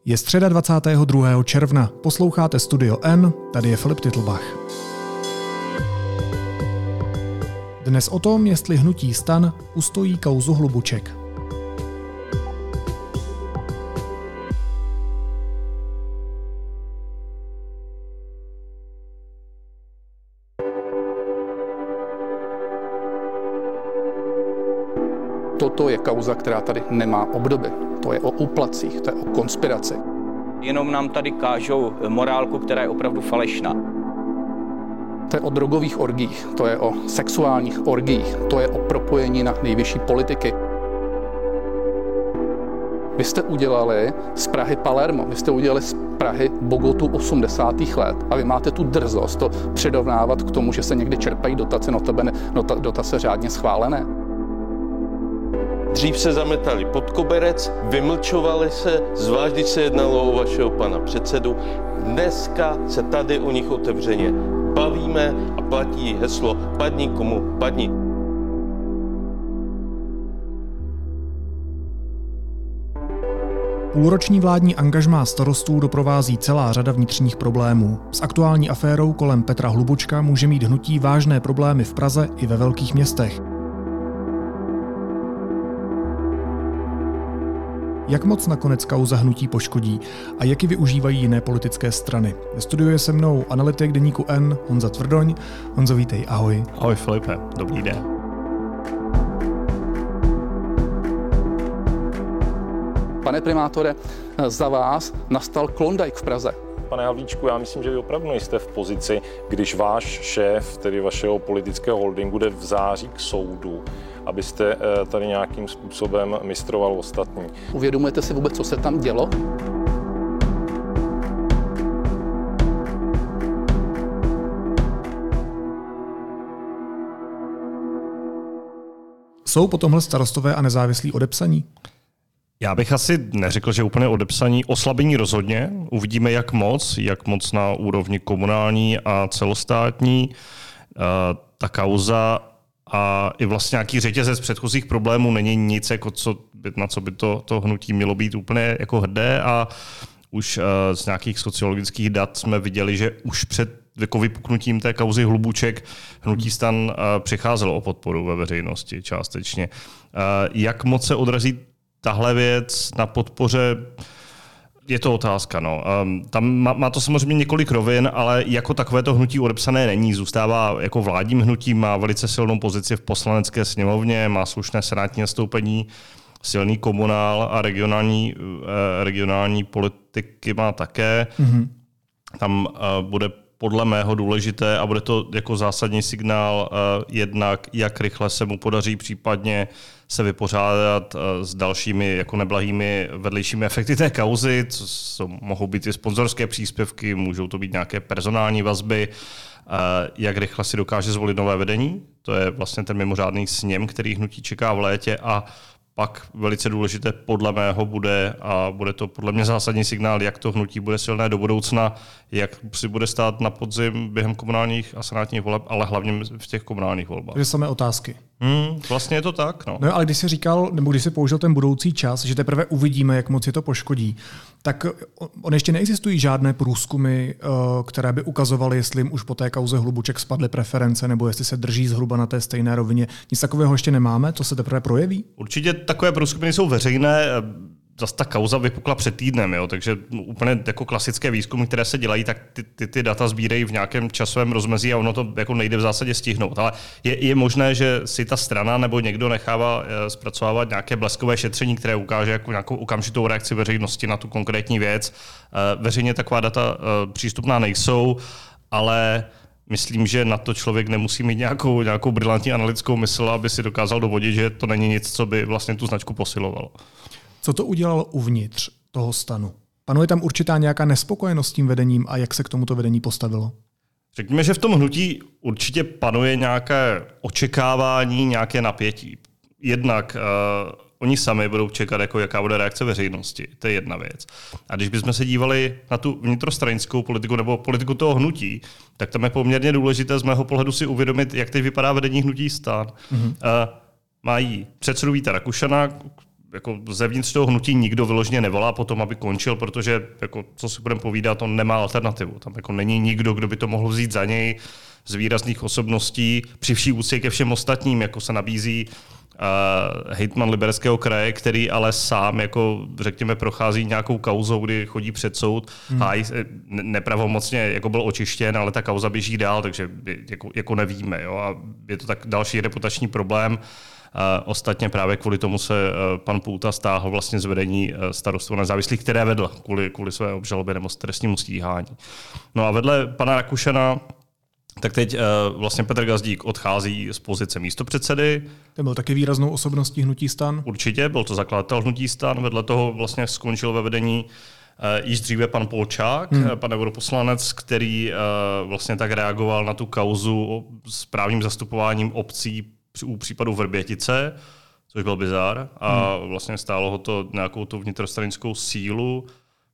Je středa 22. června, posloucháte Studio N, tady je Filip Titlbach. Dnes o tom, jestli hnutí STAN ustojí kauzu Hlubuček. Toto je kauza, která tady nemá obdoby. To je o úplatcích, to je o konspiraci. Jenom nám tady kážou morálku, která je opravdu falešná. To je o drogových orgiích, to je o sexuálních orgiích, to je o propojení na nejvyšší politiky. Vy jste udělali z Prahy Palermo, vy jste udělali z Prahy Bogotu 80. let a vy máte tu drzost to předovnávat k tomu, že se někdy čerpají dotace, notabene dotace řádně schválené. Dřív se zametali pod koberec, vymlčovali se, zvlášť když se jednalo o vašeho pana předsedu. Dneska se tady o nich otevřeně bavíme a platí heslo padni komu padni. Půlroční vládní angažmá starostů doprovází celá řada vnitřních problémů. S aktuální aférou kolem Petra Hlubučka může mít hnutí vážné problémy v Praze i ve velkých městech. Jak moc nakonec kauza hnutí poškodí a jak ji využívají jiné politické strany? Ve studiu je se mnou analytik deníku N Honza Tvrdoň. Honzo, vítej, ahoj. Ahoj Filipe, dobrý den. Pane primátore, za vás nastal Klondike v Praze. Pane Havlíčku, já myslím, že vy opravdu nejste v pozici, když váš šéf, tedy vašeho politického holdingu, jde v září k soudu, abyste tady nějakým způsobem mistroval ostatní. Uvědomujete si vůbec, co se tam dělo? Jsou po tomhle starostové a nezávislí odepsaní? Já bych asi neřekl, že úplně odepsaní. Oslabení rozhodně. Uvidíme, jak moc na úrovni komunální a celostátní. Ta kauza a i vlastně nějaký řetězec předchozích problémů není nic, jako na co by to hnutí mělo být úplně jako hrdé a už z nějakých sociologických dat jsme viděli, že už před vypuknutím té kauzy Hlubuček hnutí STAN přicházelo o podporu ve veřejnosti částečně. Jak moc se odrazí tahle věc na podpoře, je to otázka. No. Tam má to samozřejmě několik rovin, ale jako takovéto hnutí odepsané není. Zůstává jako vládním hnutím, má velice silnou pozici v poslanecké sněmovně, má slušné senátní zastoupení, silný komunál a regionální politiky má také. Mm-hmm. Tam bude podle mého důležité a bude to jako zásadní signál jednak, jak rychle se mu podaří případně se vypořádat s dalšími jako neblahými vedlejšími efekty té kauzy, co mohou být i sponzorské příspěvky, můžou to být nějaké personální vazby, jak rychle si dokáže zvolit nové vedení. To je vlastně ten mimořádný sněm, který hnutí čeká v létě a pak velice důležité podle mého bude to podle mě zásadní signál, jak to hnutí bude silné do budoucna, jak si bude stát na podzim během komunálních a senátních voleb, ale hlavně v těch komunálních volbách. Takže samé otázky. Vlastně je to tak. No, ale když jsi říkal, nebo když jsi použil ten budoucí čas, že teprve uvidíme, jak moc je to poškodí, tak on ještě neexistují žádné průzkumy, které by ukazovaly, jestli jim už po té kauze Hlubuček spadly preference, nebo jestli se drží zhruba na té stejné rovině. Nic takového ještě nemáme, to se teprve projeví? Určitě takové průzkumy jsou veřejné. Zase ta kauza vypukla před týdnem, jo? Takže úplně jako klasické výzkumy, které se dělají, tak ty data sbírají v nějakém časovém rozmezí a ono to jako nejde v zásadě stihnout. Ale je možné, že si ta strana nebo někdo nechává zpracovávat nějaké bleskové šetření, které ukáže jako nějakou okamžitou reakci veřejnosti na tu konkrétní věc. Veřejně taková data přístupná nejsou, ale myslím, že na to člověk nemusí mít nějakou brilantní analytickou mysl, aby si dokázal dovodit, že to není nic, co by vlastně tu značku posilovalo. Co to udělalo uvnitř toho STANu? Panuje tam určitá nějaká nespokojenost s tím vedením a jak se k tomuto vedení postavilo? Řekněme, že v tom hnutí určitě panuje nějaké očekávání, nějaké napětí. Jednak oni sami budou čekat, jako jaká bude reakce veřejnosti. To je jedna věc. A když bychom se dívali na tu vnitrostranickou politiku nebo politiku toho hnutí, tak tam je poměrně důležité z mého pohledu si uvědomit, jak teď vypadá vedení hnutí STAN. Mm-hmm. Mají předsedu Víta Rakušana, jako zevnitř toho hnutí nikdo vyloženě nevolá potom, aby končil, protože jako, co si budeme povídat, on nemá alternativu. Tam jako není nikdo, kdo by to mohl vzít za něj z výrazných osobností, při vší úctě ke všem ostatním, jako se nabízí hejtman Libereckého kraje, který ale sám, jako řekněme, prochází nějakou kauzou, kdy chodí před soud, hájí nepravomocně, jako byl očištěn, ale ta kauza běží dál, takže jako nevíme. Jo? A je to tak další reputační problém. Ostatně právě kvůli tomu se pan Půta stáhl vlastně z vedení Starostů nezávislých, které vedl kvůli své obžalobě nebo trestnímu stíhání. No a vedle pana Rakušana tak teď vlastně Petr Gazdík odchází z pozice místopředsedy. Ten byl taky výraznou osobností hnutí STAN. Určitě, byl to zakladatel hnutí STAN. Vedle toho vlastně skončil ve vedení již dříve pan Polčák, pan europoslanec, který vlastně tak reagoval na tu kauzu s právním zastupováním obcí u případu Vrbětice, což byl bizár. A vlastně stálo ho to nějakou tu vnitrostranickou sílu.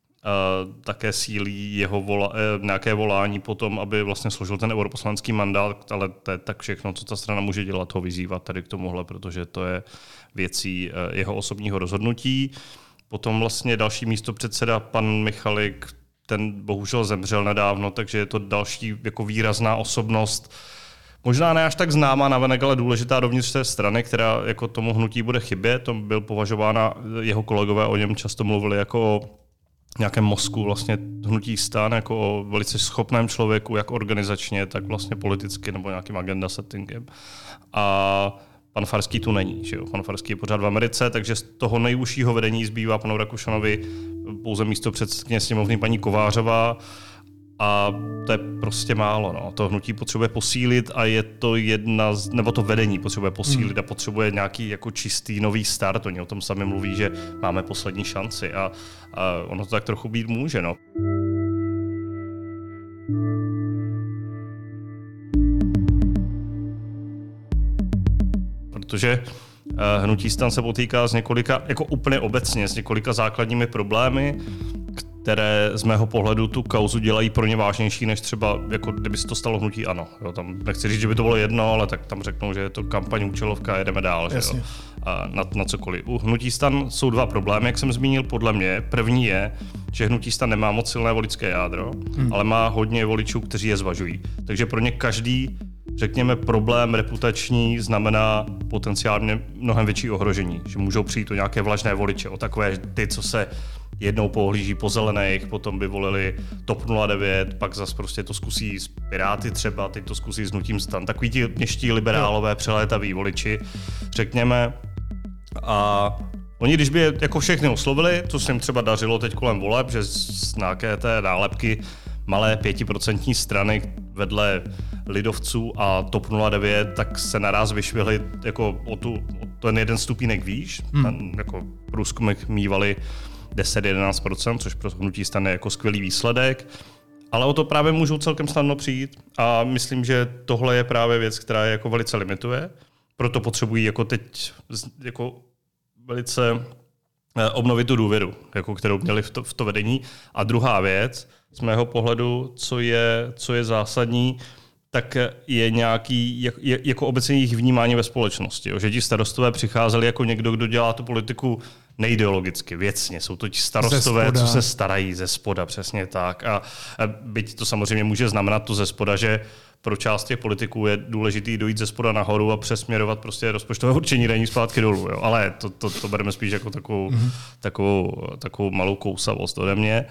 Také sílí jeho nějaké volání potom, aby vlastně složil ten europoslanský mandát, ale to je tak všechno, co ta strana může dělat, ho vyzývat tady k tomuhle, protože to je věcí jeho osobního rozhodnutí. Potom vlastně další místopředseda, pan Michalik, ten bohužel zemřel nedávno, takže je to další jako výrazná osobnost, možná ne až tak známá navenek, ale důležitá dovnitř té strany, která jako tomu hnutí bude chybět. To byl považována, jeho kolegové o něm často mluvili jako o nějakém mozku vlastně hnutí STAN, jako o velice schopném člověku, jak organizačně, tak vlastně politicky nebo nějakým agenda settingem. A pan Farský tu není. Že jo? Pan Farský je pořád v Americe, takže z toho nejúžšího vedení zbývá panu Rakušanovi pouze místopředsedkyně sněmovny paní Kovářová. A to je prostě málo. No. To hnutí potřebuje posílit a je to nebo to vedení potřebuje posílit a potřebuje nějaký jako čistý nový start. Oni o tom sami mluví, že máme poslední šanci a ono to tak trochu být může. No. Protože hnutí STAN se potýká s několika, jako úplně obecně, s několika základními problémy, které z mého pohledu tu kauzu dělají pro ně vážnější, než třeba, jako kdyby se to stalo hnutí ANO. Jo, tam nechci říct, že by to bylo jedno, ale tak tam řeknou, že je to kampaň účelovka, jedeme dál. Že jo? A na cokoliv. U hnutí STAN jsou dva problémy, jak jsem zmínil, podle mě. První je, že hnutí STAN nemá moc silné voličské jádro, ale má hodně voličů, kteří je zvažují. Takže pro ně každý, řekněme, problém reputační znamená potenciálně mnohem větší ohrožení, že můžou přijít o nějaké vlažné voliče, o takové ty, co se jednou pohlíží po zelených, potom by volili TOP 09, pak zase prostě to zkusí s Piráty třeba, teď to zkusí s hnutím STAN. Takový ti měští liberálové přelétaví voliči, řekněme. A oni, když by je jako všechny oslovili, co se jim třeba dařilo teď kolem voleb, že z nějaké té nálepky malé 5% strany vedle lidovců a TOP 09, tak se naraz vyšvihli jako o ten jeden stupínek výš. Ten jako průzkumek mívali 10-11%, což pro hnutí STAN je jako skvělý výsledek. Ale o to právě můžou celkem snadno přijít a myslím, že tohle je právě věc, která je jako velice limituje. Proto potřebují jako teď jako velice obnovit tu důvěru, jako kterou měli v to vedení. A druhá věc, z mého pohledu, co je zásadní, tak je nějaký jako obecně jejich vnímání ve společnosti. Že ti starostové přicházeli jako někdo, kdo dělá tu politiku neideologicky, věcně. Jsou to ti starostové, co se starají ze spoda, přesně tak. A byť to samozřejmě může znamenat to ze spoda, že pro část těch politiků je důležitý dojít ze spoda nahoru a přesměrovat prostě rozpočtové určení daní zpátky dolů. Jo. Ale to bereme spíš jako takovou malou kousavost ode mě.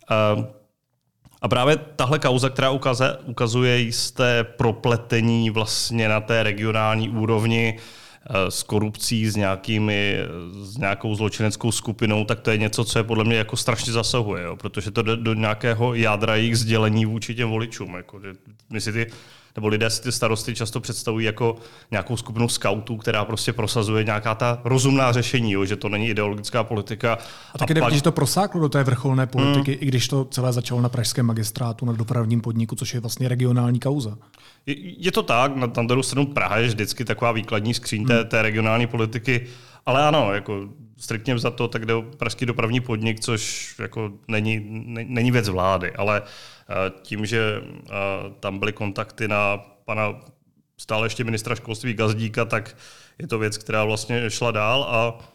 A právě tahle kauza, která ukazuje jisté propletení vlastně na té regionální úrovni s korupcí, s nějakou zločineckou skupinou, tak to je něco, co je podle mě jako strašně zasahuje, jo, protože to jde do nějakého jádra jejich sdělení vůči těm voličům. Jako, nebo lidé si ty starosty často představují jako nějakou skupinu skautů, která prostě prosazuje nějaká ta rozumná řešení, jo, že to není ideologická politika. A taky jde, že to prosáklo do té vrcholné politiky, i když to celé začalo na pražském magistrátu, na dopravním podniku, což je vlastně regionální kauza. Je to tak, na druhou stranu Praha je vždycky taková výkladní skříň té regionální politiky, ale ano, jako striktně vzato, tak jde o pražský dopravní podnik, což jako není věc vlády, ale tím, že tam byly kontakty na pana stále ještě ministra školství Gazdíka, tak je to věc, která vlastně šla dál a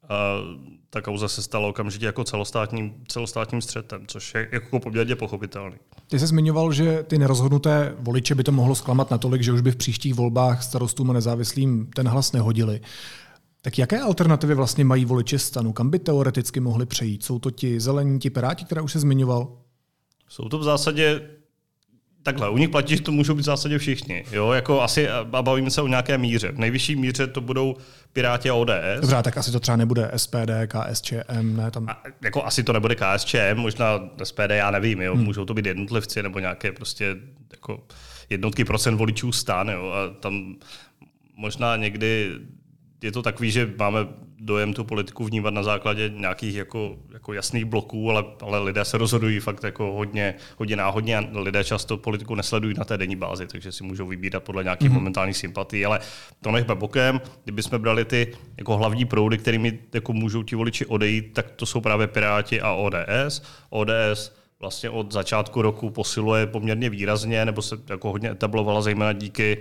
ta kauza se stala okamžitě jako celostátním střetem, což je jako poměrně pochopitelný. Ty jsi zmiňoval, že ty nerozhodnuté voliče by to mohlo zklamat natolik, že už by v příštích volbách Starostům a nezávislým ten hlas nehodili. Tak jaké alternativy vlastně mají voliči STANu? Kam by teoreticky mohli přejít? Jsou to ti zelení, ti piráti, které už se zmiňoval? Jsou to v zásadě takhle, u nich platí, že to můžou být v zásadě všichni. Jo? Jako asi, a bavíme se o nějaké míře. V nejvyšší míře to budou Piráti a ODS. Dobře, tak asi to třeba nebude SPD, KSČM, ne? Tam... Jako asi to nebude KSČM, možná SPD, já nevím. Jo? Můžou to být jednotlivci nebo nějaké prostě jako jednotky procent voličů STAN. Jo? A tam možná někdy je to takový, že máme dojem tu politiku vnímat na základě nějakých jako jasných bloků, ale lidé se rozhodují fakt jako hodně náhodně a lidé často politiku nesledují na té denní bázi, takže si můžou vybírat podle nějakých momentálních sympatií, ale to nechme bokem. Kdybychom brali ty jako hlavní proudy, kterými jako můžou ti voliči odejít, tak to jsou právě Piráti a ODS. ODS vlastně od začátku roku posiluje poměrně výrazně, nebo se jako hodně etablovala zejména díky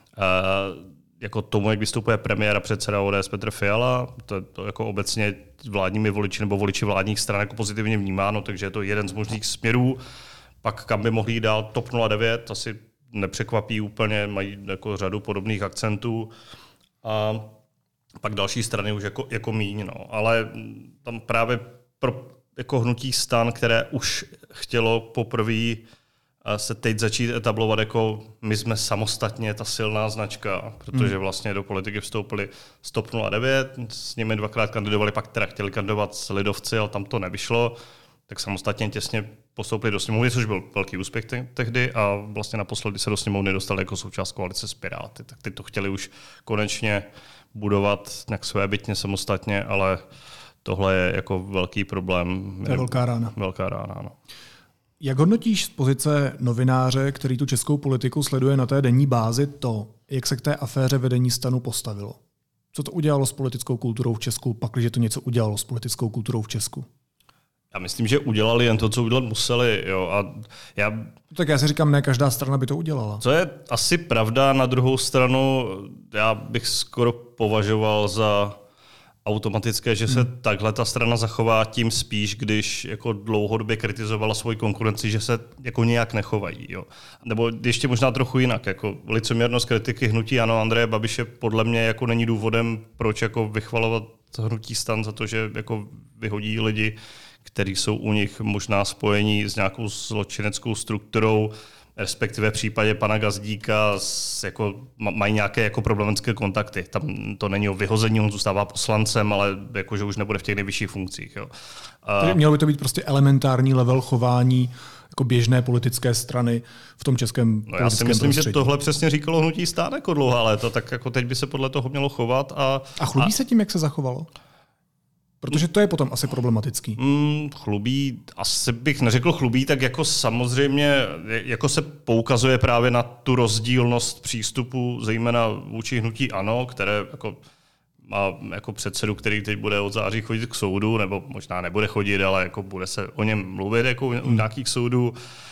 jako tomu, jak vystupuje premiér a předseda ODS Petr Fiala, to jako obecně vládními voliči nebo voliči vládních stran jako pozitivně vnímáno, takže je to jeden z možných směrů. Pak kam by mohli jít dál TOP 09, asi nepřekvapí úplně, mají jako řadu podobných akcentů. A pak další strany už jako míň, no. Ale tam právě pro jako hnutí STAN, které už chtělo poprvé se teď začít etablovat jako my jsme samostatně ta silná značka, protože vlastně do politiky vstoupili z TOP 09, s nimi dvakrát kandidovali, pak teda chtěli kandidovat s lidovci, ale tam to nevyšlo, tak samostatně těsně postoupili do sněmovny, což byl velký úspěch tehdy a vlastně naposledy se do sněmovny dostali jako součást koalice s Piráty. Tak ty to chtěli už konečně budovat nějak svébytně samostatně, ale tohle je jako velký problém. To je velká rána. Velká rána, no. Jak hodnotíš z pozice novináře, který tu českou politiku sleduje na té denní bázi, to, jak se k té aféře vedení STANu postavilo? Co to udělalo s politickou kulturou v Česku, pakliže to něco udělalo s politickou kulturou v Česku? Já myslím, že udělali jen to, co udělat museli. Jo. Tak já si říkám, ne každá strana by to udělala. Co je asi pravda, na druhou stranu já bych skoro považoval za automatické, že se takhle ta strana zachová, tím spíš, když jako dlouhodobě kritizovala svoji konkurenci, že se jako nějak nechovají. Jo. Nebo ještě možná trochu jinak. Jako licoměrnost kritiky hnutí ANO Andreje Babiše podle mě jako není důvodem, proč jako vychvalovat hnutí STAN za to, že jako vyhodí lidi, kteří jsou u nich možná spojení s nějakou zločineckou strukturou, respektive v případě pana Gazdíka jako, mají nějaké jako problematické kontakty. Tam to není o vyhození, on zůstává poslancem, ale jako, že už nebude v těch nejvyšších funkcích. Jo. Tedy mělo by to být prostě elementární level chování jako běžné politické strany v tom českém politickém já si myslím, prostředí. že tohle přesně říkalo hnutí STAN jako dlouhá léta, tak jako teď by se podle toho mělo chovat. A chlubí se tím, jak se zachovalo? Protože to je potom asi problematický. Chlubí, asi bych neřekl chlubí, tak jako samozřejmě jako se poukazuje právě na tu rozdílnost přístupu, zejména vůči hnutí ANO, které jako má jako předsedu, který teď bude od září chodit k soudu, nebo možná nebude chodit, ale jako bude se o něm mluvit jako u nějakých soudů.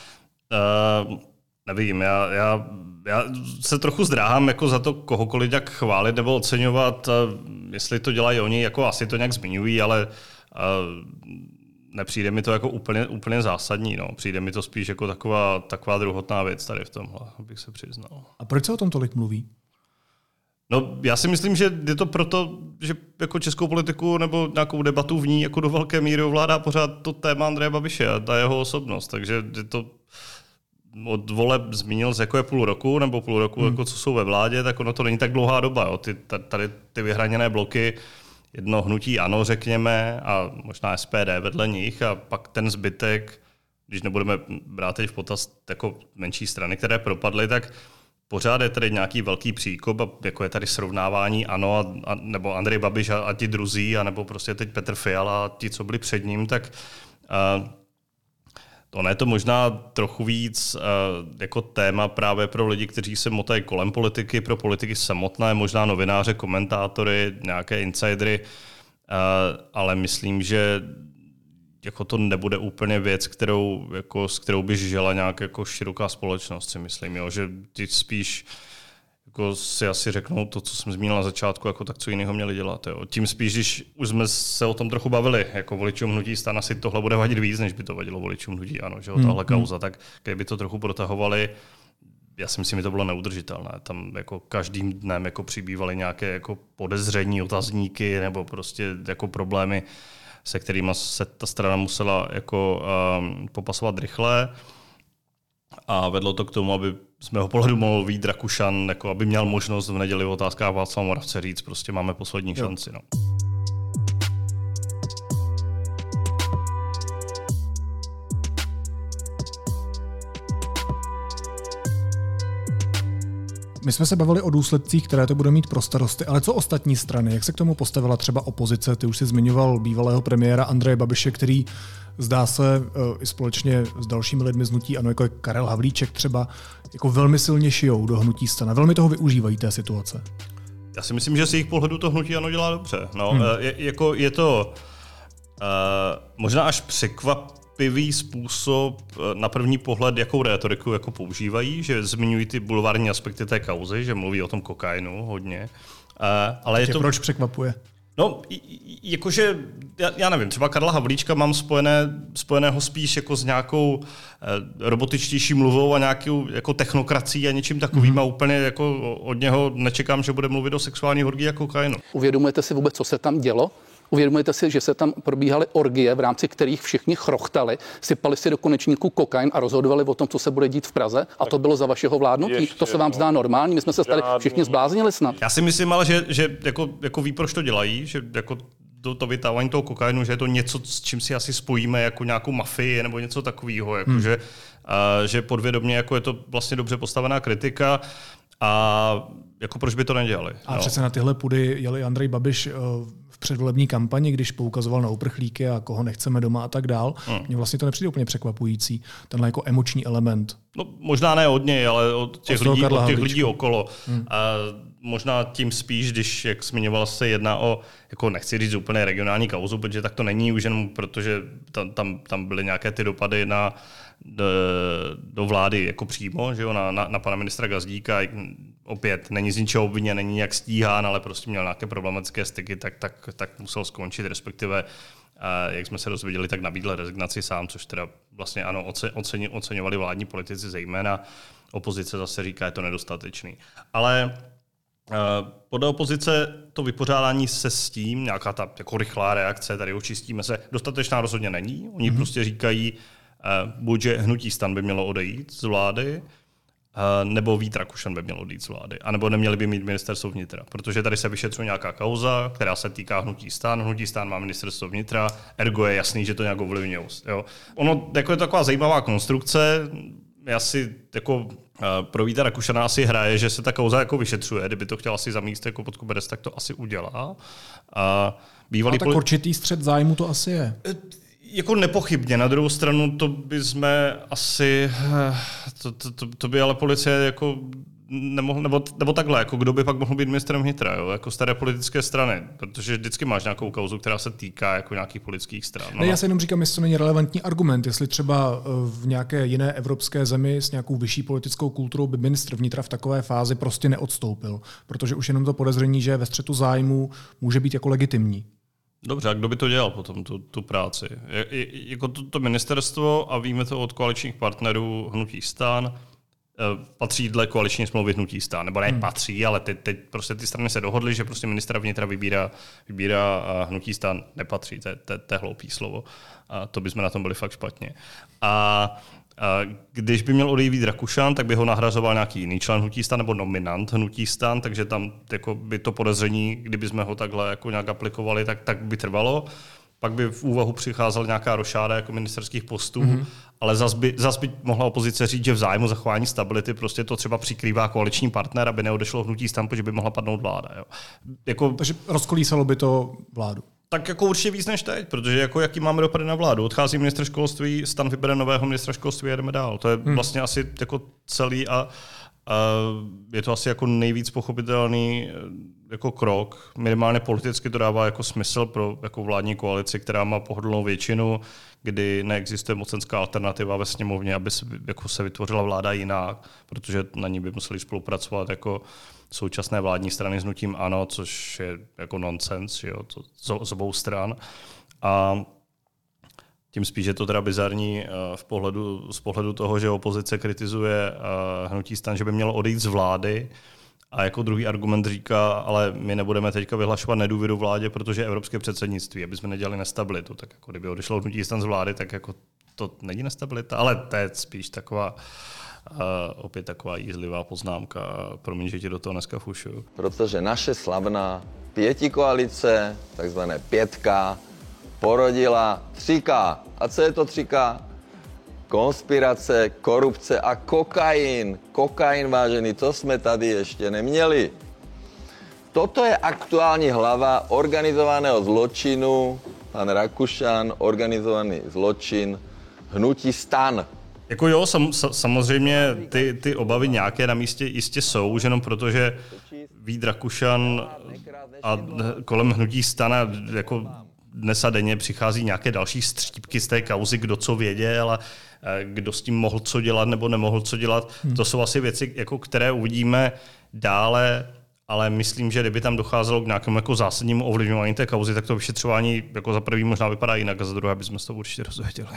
Nevím, já se trochu zdráhám jako za to kohokoliv nějak chválit nebo oceňovat, jestli to dělají oni, jako asi to nějak zmiňují, ale nepřijde mi to jako úplně zásadní. No. Přijde mi to spíš jako taková druhotná věc tady v tomhle, abych se přiznal. A proč se o tom tolik mluví? No, já si myslím, že je to proto, že jako českou politiku nebo nějakou debatu v ní jako do velké míry ovládá pořád to téma Andreje Babiše a ta jeho osobnost, takže je to od voleb zmínil jako je půl roku, jako co jsou ve vládě, tak ono to není tak dlouhá doba. Jo. Tady ty vyhraněné bloky, jedno hnutí ANO, řekněme, a možná SPD vedle nich, a pak ten zbytek, když nebudeme brát teď v potaz jako menší strany, které propadly, tak pořád je tady nějaký velký příkop, a jako je tady srovnávání ANO nebo Andrej Babiš a ti druzí, anebo prostě teď Petr Fiala a ti, co byli před ním, tak ono je to možná trochu víc jako téma právě pro lidi, kteří se motají kolem politiky, pro politiky samotné, možná novináře, komentátory, nějaké insidery, ale myslím, že jako to nebude úplně věc, s kterou by žila nějak jako široká společnost, si myslím, jo? Že spíš jako si asi řeknou to, co jsem zmínil na začátku, jako tak co jiného měli dělat. Jo. Tím spíš, když už jsme se o tom trochu bavili, jako voličům hnutí STAN asi tohle bude vadit víc, než by to vadilo voličům hnutí ANO, že jo, tahle kauza, tak kdyby to trochu protahovali, já si myslím, že to bylo neudržitelné. Tam jako každým dnem jako přibývaly nějaké jako podezření, otazníky nebo prostě jako problémy, se kterými se ta strana musela jako popasovat rychle. A vedlo to k tomu, aby z mého pohledu mohl Vít Rakušan, jako aby měl možnost v neděli v Otázkách Václava Moravce říct, prostě máme poslední šanci. No. My jsme se bavili o důsledcích, které to bude mít pro Starosty, ale co ostatní strany? Jak se k tomu postavila třeba opozice? Ty už si zmiňoval bývalého premiéra Andreje Babiše, který zdá se i společně s dalšími lidmi z hnutí ANO, jako je Karel Havlíček třeba, jako velmi silně šijou do hnutí STAN. Velmi toho využívají té situace. Já si myslím, že z jejich pohledu to hnutí ANO dělá dobře. No, je to možná až překvapivý způsob na první pohled, jakou rétoriku jako používají, že zmiňují ty bulvární aspekty té kauzy, že mluví o tom kokainu hodně. Ale je to... Proč překvapuje? No, jakože, já nevím, třeba Karla Havlíčka mám spojeného spíš jako s nějakou robotičtější mluvou a nějakou jako technokracií a něčím takovým a úplně jako od něho nečekám, že bude mluvit o sexuální orgii a kokainu. Uvědomujete si vůbec, co se tam dělo? Uvědomujete si, že se tam probíhaly orgie, v rámci kterých všichni chrochtali, sypali si do konečníku kokain a rozhodovali o tom, co se bude dít v Praze? A to bylo za vašeho vládnutí? To se vám zdá normální? My jsme se tady všichni zbláznili snad. Já si myslím ale, že jako ví, proč to dělají, že jako to vytávání toho kokainu, že je to něco, s čím si asi spojíme jako nějakou mafii nebo něco takového, jako že podvědomě jako je to vlastně dobře postavená kritika a jako proč by to nedělali. A přece na tyhle půdy jeli Andrej Babiš v předvolební kampani, když poukazoval na uprchlíky a koho nechceme doma a tak dál. Mně vlastně to nepřijde úplně překvapující, tenhle jako emoční element. No, možná ne od něj, ale od těch lidí okolo. A možná tím spíš, když, jak zmiňoval se, jedná o, jako nechci říct úplně regionální kauzu, protože tak to není už jenom protože tam byly nějaké ty dopady do vlády jako přímo, že jo, na pana ministra Gazdíka. Opět není z ničeho obviněn, není nějak stíhán, ale prostě měl nějaké problematické styky, tak musel skončit, respektive jak jsme se dozvěděli, tak nabídl rezignaci sám, což teda vlastně ano, oceňovali vládní politici zejména. Opozice zase říká, je to nedostatečný. Ale podle opozice to vypořádání se s tím, nějaká ta jako rychlá reakce, tady očistíme se, dostatečná rozhodně není. Oni prostě říkají, buď že hnutí STAN by mělo odejít z vlády, nebo Vít Rakušan by měl odejít z vlády, anebo neměli by mít ministerstvo vnitra, protože tady se vyšetřuje nějaká kauza, která se týká hnutí STAN. Hnutí STAN má ministerstvo vnitra, ergo je jasný, že to nějak ovlivňuje. Ono jako je taková zajímavá konstrukce. Já si jako pro Víta Rakušana asi hraje, že se ta kauza jako vyšetřuje. Kdyby to chtěl asi zamíst jako pod koberec, tak to asi udělá. A tak určitý střet zájmu to asi je. Jako nepochybně. Na druhou stranu to by jsme asi, to by ale policie jako nemohl, nebo takhle, jako kdo by pak mohl být ministrem vnitra, jo? Jako staré politické strany, protože vždycky máš nějakou kauzu, která se týká jako nějakých politických stran. Ne, já si jenom říkám, jestli to není relevantní argument, jestli třeba v nějaké jiné evropské zemi s nějakou vyšší politickou kulturou by ministr vnitra v takové fázi prostě neodstoupil, protože už jenom to podezření, že ve střetu zájmu může být jako legitimní. Dobře, a kdo by to dělal potom, tu práci? Jako to ministerstvo, a víme to od koaličních partnerů hnutí STAN, patří dle koaliční smlouvy hnutí STAN, nebo ne patří, ale teď prostě ty strany se dohodly, že prostě ministra vnitra vybírá a hnutí STAN nepatří, to je hloupý slovo. A to bychom na tom byli fakt špatně. A když by měl odejít Vít Rakušan, tak by ho nahrazoval nějaký jiný člen hnutí STAN nebo nominant hnutí STAN, takže tam jako by to podezření, kdyby jsme ho takhle jako nějak aplikovali, tak by trvalo. Pak by v úvahu přicházela nějaká rošáda jako ministerských postů, ale zas by mohla opozice říct, že v zájmu zachování stability prostě to třeba přikrývá koaliční partner, aby neodešlo hnutí STAN, protože by mohla padnout vláda. Jo. Takže rozkolísalo by to vládu. Tak jako určitě víc než teď, protože jako jaký máme dopady na vládu. Odchází ministr školství, STAN vybere nového ministra školství a jdeme dál. To je vlastně asi jako celý je to asi jako nejvíc pochopitelný jako krok. Minimálně politicky to dává jako smysl pro jako vládní koalici, která má pohodlnou většinu, kdy neexistuje mocenská alternativa ve sněmovně, aby se vytvořila vláda jinak, protože na ní by museli spolupracovat jako současné vládní strany s hnutím ANO, což je jako nonsens, jo, z obou stran. A tím spíš je to teda bizarní z pohledu toho, že opozice kritizuje hnutí STAN, že by mělo odejít z vlády. A jako druhý argument říká, ale my nebudeme teďka vyhlašovat nedůvěru vládě, protože evropské předsednictví, aby jsme nedělali nestabilitu. Tak jako kdyby odešlo hnutí STAN z vlády, tak jako to není nestabilita, ale to je spíš taková opět taková jízlivá poznámka. Promiň, že ti do toho dneska fušuju. Protože naše slavná pětikoalice, takzvané 5K, porodila 3K. A co je to 3K? Konspirace, korupce a kokain. Kokain, vážený, to jsme tady ještě neměli. Toto je aktuální hlava organizovaného zločinu, pan Rakušan, organizovaný zločin, hnutí STAN. Jako jo, samozřejmě ty obavy nějaké na místě jistě jsou, už jenom protože Vít Rakušan a kolem hnutí STAN jako dnes a denně přichází nějaké další střípky z té kauzy, kdo co věděl a kdo s tím mohl co dělat nebo nemohl co dělat. To jsou asi věci, jako které uvidíme dále, ale myslím, že kdyby tam docházelo k nějakému jako zásadnímu ovlivňování té kauzy, tak to vyšetřování jako za prvý možná vypadá jinak a za druhé bychom se to určitě rozvěděli.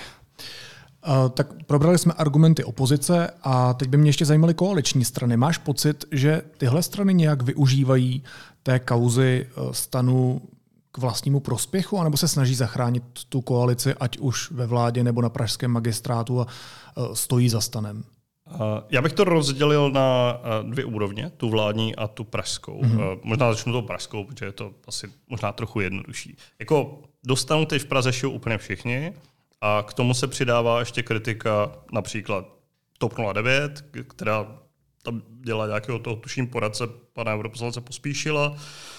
Tak probrali jsme argumenty opozice a teď by mě ještě zajímaly koaliční strany. Máš pocit, že tyhle strany nějak využívají té kauzy STANu k vlastnímu prospěchu, anebo se snaží zachránit tu koalici, ať už ve vládě nebo na pražském magistrátu a stojí za STANem? Já bych to rozdělil na dvě úrovně, tu vládní a tu pražskou. Možná začnu tou pražskou, protože je to asi možná trochu jednodušší. Jako do STANu teď v Praze šijou úplně všichni a k tomu se přidává ještě kritika například TOP 09, která tam dělá nějakého toho tuším poradce pana europoslance Pospíšila,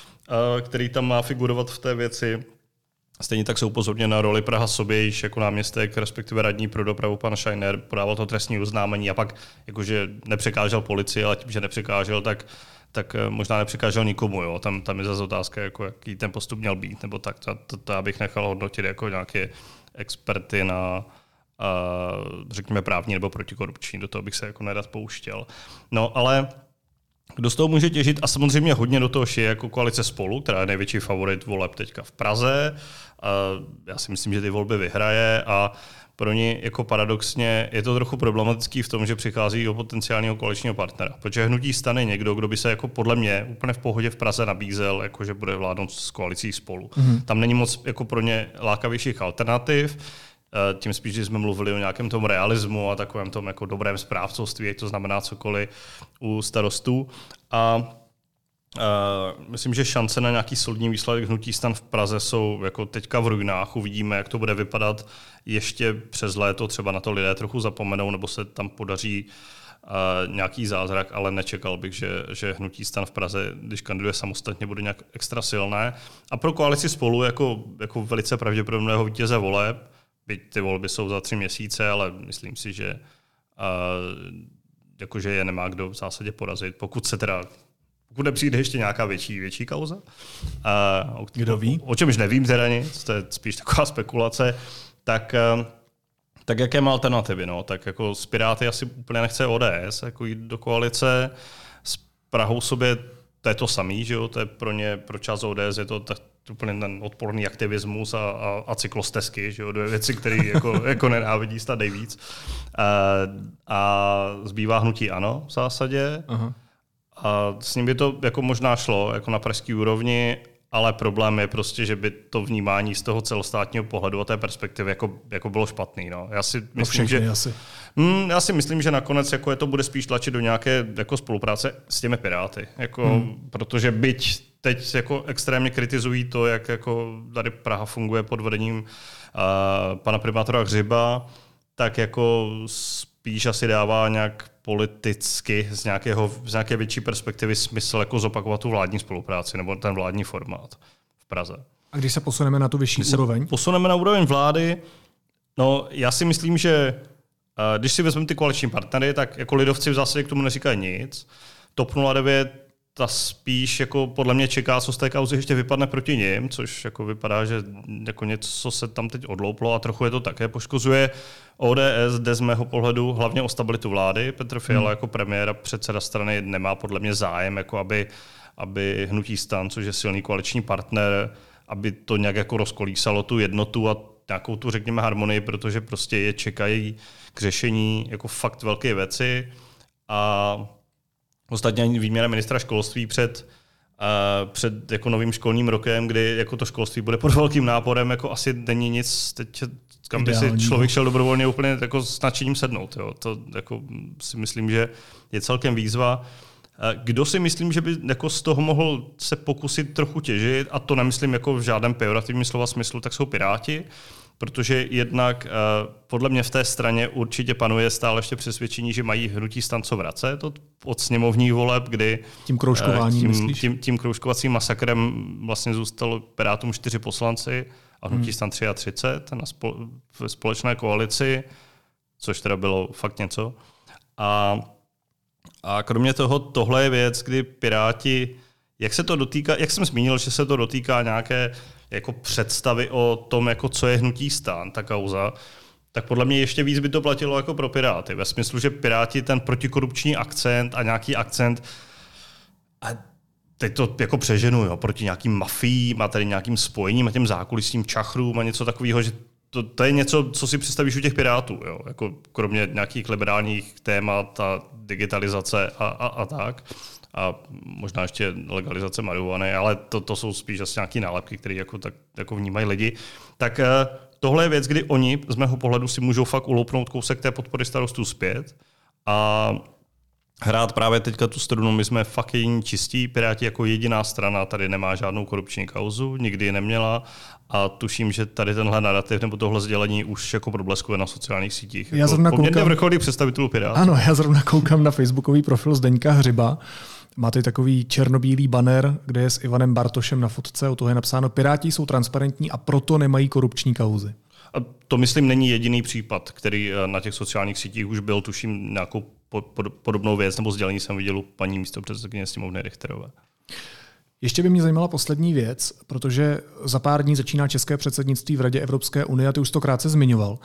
který tam má figurovat v té věci. Stejně tak se upozorně na roli Praha Sobějš jako náměstek, respektive radní pro dopravu pan Scheiner, podával to trestní oznámení a pak jakože nepřekážel policii, ale tím, že nepřekážel, tak možná nepřekážel nikomu. Jo. Tam je zase otázka, jako, jaký ten postup měl být, nebo tak. To já bych nechal hodnotit jako nějaké experty na řekněme právní nebo protikorupční. Do toho bych se jako nerad pouštěl. No, ale kdo z toho může těžit? A samozřejmě hodně do toho šije jako koalice Spolu, která je největší favorit voleb teďka v Praze. Já si myslím, že ty volby vyhraje a pro ní jako paradoxně je to trochu problematický v tom, že přichází o potenciálního koaličního partnera. Protože hnutí STAN je někdo, kdo by se jako podle mě úplně v pohodě v Praze nabízel, jako že bude vládnout s koalicí Spolu. Tam není moc jako pro ně lákavějších alternativ. Tím spíš, že jsme mluvili o nějakém tom realismu a takovém tom jako dobrém správcovství, jak to znamená cokoliv u starostů. A myslím, že šance na nějaký solidní výsledek hnutí STAN v Praze jsou jako teďka v ruinách. Uvidíme, jak to bude vypadat ještě přes léto. Třeba na to lidé trochu zapomenou, nebo se tam podaří nějaký zázrak, ale nečekal bych, že hnutí STAN v Praze, když kandiduje samostatně, bude nějak extra silné. A pro koalici Spolu jako velice pravděpodobného vítěze voleb, byť ty volby jsou za 3 měsíce, ale myslím si, že jakože je nemá kdo v zásadě porazit, pokud nepřijde ještě nějaká větší kauza. Kdo ví? O čemž nevím teda nic, to je spíš taková spekulace. Tak jaké má alternativy? No? Tak jako s Piráty asi úplně nechce ODS jako jít do koalice. S Prahou sobě to je to samý, že jo? To je pro část ODS je to úplně ten odporný aktivismus a cyklostezky, že jo? 2 věci, které jako nenávidí snad nejvíc. A zbývá hnutí ANO v zásadě. Aha. A s ním by to jako možná šlo jako na pražské úrovni, ale problém je prostě, že by to vnímání z toho celostátního pohledu a té perspektivy jako bylo špatný. No. Já si myslím, že nakonec jako je to bude spíš tlačit do nějaké jako spolupráce s těmi Piráty. Protože byť teď jako extrémně kritizují to, jak jako tady Praha funguje pod vedením pana primátora Hřiba, tak jako spíš asi dává nějak politicky z nějaké větší perspektivy smysl jako zopakovat tu vládní spolupráci nebo ten vládní formát v Praze. A když se posuneme na tu vyšší úroveň? Posuneme na úroveň vlády, no já si myslím, že Když si vezmeme ty koaliční partnery, tak jako lidovci v zásadě k tomu neříkají nic. TOP 09 ta spíš jako podle mě čeká, co z té kauzy ještě vypadne proti nim, což jako vypadá, že jako něco se tam teď odlouplo a trochu je to také poškozuje. ODS jde z mého pohledu hlavně o stabilitu vlády. Petr Fiala jako premiér a předseda strany nemá podle mě zájem, jako aby hnutí STAN, což je silný koaliční partner, aby to nějak jako rozkolísalo tu jednotu a nějakou tu, řekněme, harmonii, protože prostě je čekají k řešení jako fakt velké věci. A ostatně výměna ministra školství před jako novým školním rokem, kdy jako to školství bude pod velkým náporem, jako asi není nic, teď, kam by si člověk šel dobrovolně úplně jako s nadšením sednout. Jo. To jako si myslím, že je celkem výzva. Kdo si myslím, že by jako z toho mohl se pokusit trochu těžit, a to nemyslím jako v žádném pejorativním slova smyslu, tak jsou Piráti, protože jednak podle mě v té straně určitě panuje stále ještě přesvědčení, že mají hnutí STAN co vracet od sněmovních voleb, kdy tím kroužkovacím masakrem vlastně zůstalo Pirátům 4 poslanci a hnutí STAN 33 ve společné koalici, což teda bylo fakt něco. A kromě toho, tohle je věc, kdy Piráti, jak se to dotýká, jak jsem zmínil, že se to dotýká nějaké jako představy o tom, jako co je hnutí STAN, ta kauza, tak podle mě ještě víc by to platilo jako pro Piráty. Ve smyslu, že Piráti ten protikorupční akcent a nějaký akcent, a teď to jako přeženu, jo, proti nějakým mafiím a tady nějakým spojením a těm zákulisním čachrům a něco takového, že to je něco, co si představíš u těch Pirátů, jo? Jako kromě nějakých liberálních témat a digitalizace a tak. A možná ještě legalizace marihuany, ale to jsou spíš asi nějaké nálepky, které jako vnímají lidi. Tak tohle je věc, kdy oni z mého pohledu si můžou fakt uloupnout kousek té podpory starostů zpět a hrát právě teďka tu strunu. My jsme fakt jediní čistí, Piráti jako jediná strana tady nemá žádnou korupční kauzu, nikdy ji neměla a tuším, že tady tenhle narrativ nebo tohle sdělení už jako probleskuje na sociálních sítích. Já zrovna poměrně vrcholných představitelů Pirátů. Ano, já zrovna koukám na facebookový profil Zdeňka Hřiba. Máte takový černobílý banner, kde je s Ivanem Bartošem na fotce, u toho je napsáno Piráti jsou transparentní a proto nemají korupční kauzy. A to myslím není jediný případ, který na těch sociálních sítích už byl, tuším nějakou podobnou věc, nebo sdělení jsem viděl u paní místopředsedkyně sněmovny Richterové. Ještě by mě zajímala poslední věc, protože za pár dní začíná české předsednictví v Radě Evropské unie a ty už to krátce zmiňoval.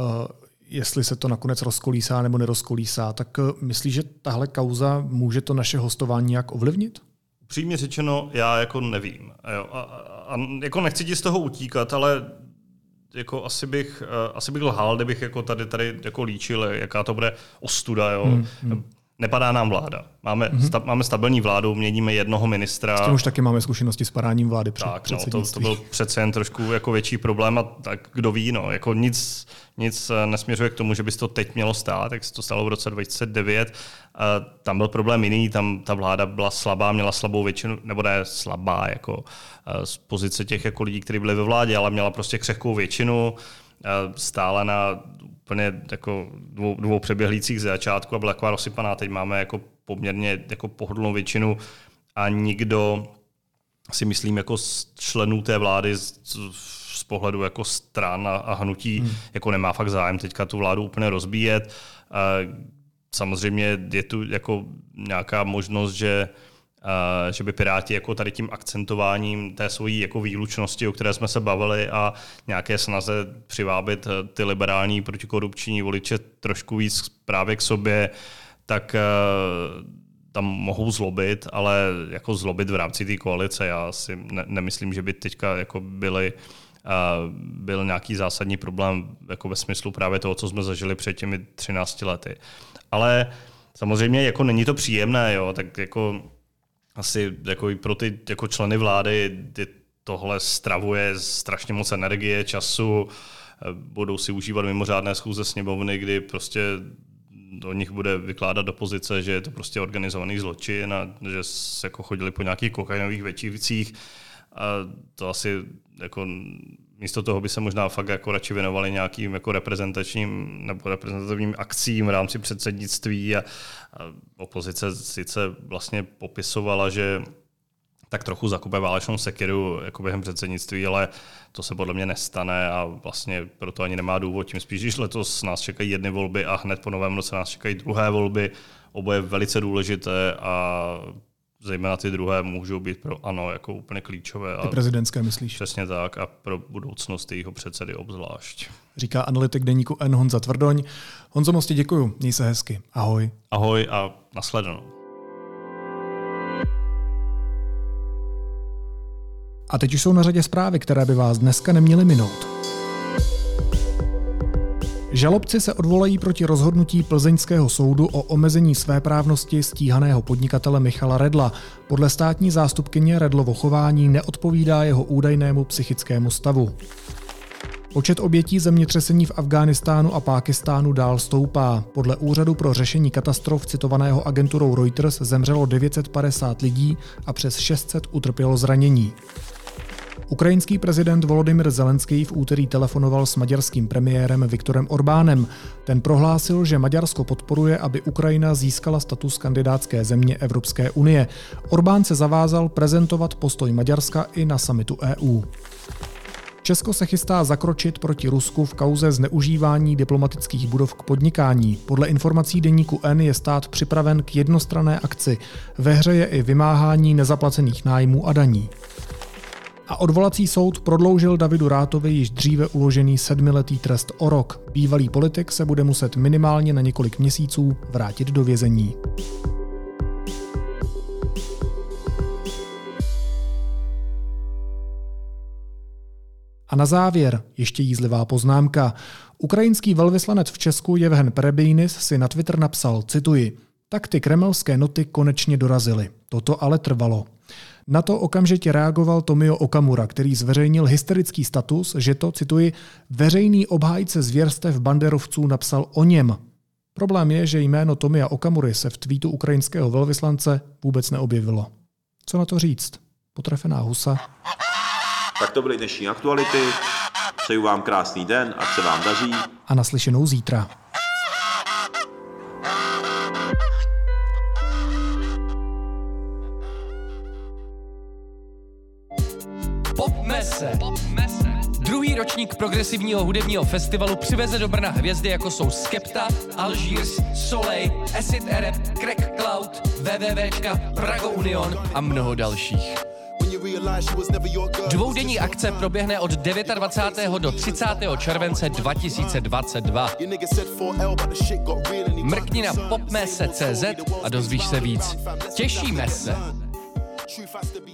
Jestli se to nakonec rozkolísá nebo nerozkolísá, tak myslíš, že tahle kauza může to naše hostování nějak ovlivnit? Upřímně řečeno, já jako nevím. A jako nechci ti z toho utíkat, ale jako asi bych lhal, kdybych jako tady jako líčil, jaká to bude ostuda. Jo. Nepadá nám vláda. Máme stabilní vládu, měníme jednoho ministra. S tím už taky máme zkušenosti s padáním vlády před to byl přece jen trošku jako větší problém a tak kdo ví, no. Jako nic nesměřuje k tomu, že by se to teď mělo stát, jak se to stalo v roce 2009. Tam byl problém jiný, tam ta vláda byla slabá, měla slabou většinu, nebo ne slabá jako z pozice těch jako lidí, kteří byli ve vládě, ale měla prostě křehkou většinu, stála na úplně jako dvou přeběhlících ze začátku a byla taková rozsypaná. Teď máme jako poměrně jako pohodlnou většinu a nikdo si myslím jako z členů té vlády z pohledu jako stran a hnutí jako nemá fakt zájem teďka tu vládu úplně rozbíjet. Samozřejmě je tu jako nějaká možnost, že by Piráti jako tady tím akcentováním té svojí jako výlučnosti, o které jsme se bavili a nějaké snaze přivábit ty liberální protikorupční voliče trošku víc právě k sobě, tak tam mohou zlobit, ale jako zlobit v rámci té koalice. Já si nemyslím, že by teďka jako byl nějaký zásadní problém jako ve smyslu právě toho, co jsme zažili před těmi 13 lety. Ale samozřejmě jako není to příjemné, jo, tak jako asi jako i pro ty jako členy vlády tohle stravuje strašně moc energie, času, budou si užívat mimořádné schůze sněmovny, kdy prostě do nich bude vykládat opozice, že je to prostě organizovaný zločin a že se jako chodili po nějakých kokainových večírcích. A to asi jako místo toho by se možná fakt jako radši věnovali nějakým jako reprezentačním nebo reprezentativním akcím v rámci předsednictví a opozice sice vlastně popisovala, že tak trochu zakope válečnou sekiru jako během předsednictví, ale to se podle mě nestane a vlastně proto ani nemá důvod. Tím spíš, když letos nás čekají jedny volby a hned po novém roce nás čekají druhé volby, oboje velice důležité a zejména ty druhé můžou být pro ANO jako úplně klíčové. Ty prezidentské myslíš? Přesně tak a pro budoucnost jejího předsedy obzvlášť. Říká analytik deníku N Honza Tvrdoň. Honzo, moc ti děkuju, měj se hezky. Ahoj. Ahoj a nashledanou. A teď už jsou na řadě zprávy, které by vás dneska neměly minout. Žalobci se odvolají proti rozhodnutí plzeňského soudu o omezení svéprávnosti stíhaného podnikatele Michala Redla. Podle státní zástupkyně Redlovo chování neodpovídá jeho údajnému psychickému stavu. Počet obětí zemětřesení v Afghánistánu a Pákistánu dál stoupá. Podle Úřadu pro řešení katastrof citovaného agenturou Reuters zemřelo 950 lidí a přes 600 utrpělo zranění. Ukrajinský prezident Volodymyr Zelenský v úterý telefonoval s maďarským premiérem Viktorem Orbánem. Ten prohlásil, že Maďarsko podporuje, aby Ukrajina získala status kandidátské země Evropské unie. Orbán se zavázal prezentovat postoj Maďarska i na summitu EU. Česko se chystá zakročit proti Rusku v kauze zneužívání diplomatických budov k podnikání. Podle informací deníku N je stát připraven k jednostranné akci. Ve hře je i vymáhání nezaplacených nájmů a daní. A odvolací soud prodloužil Davidu Rathovi již dříve uložený 7letý trest o rok. Bývalý politik se bude muset minimálně na několik měsíců vrátit do vězení. A na závěr ještě jízlivá poznámka. Ukrajinský velvyslanec v Česku Jevhen Perebijnis si na Twitter napsal, cituji, tak ty kremelské noty konečně dorazily. Toto ale trvalo. Na to okamžitě reagoval Tomio Okamura, který zveřejnil hysterický status, že to, cituji, veřejný obhájce zvěrstev banderovců napsal o něm. Problém je, že jméno Tomia Okamury se v tweetu ukrajinského velvyslance vůbec neobjevilo. Co na to říct? Potrefená husa. Tak to byly dnešní aktuality. Přeju vám krásný den, ať se vám daří. A naslyšenou zítra. Popmese. Druhý ročník progresivního hudebního festivalu přiveze do Brna hvězdy jako jsou Skepta, Algiers, Soleil, Acid Arab, Crack Cloud, WWWčka, Prago Union a mnoho dalších. Dvoudenní akce proběhne od 29. do 30. července 2022. Mrkni na popmese.cz a dozvíš se víc. Těšíme se!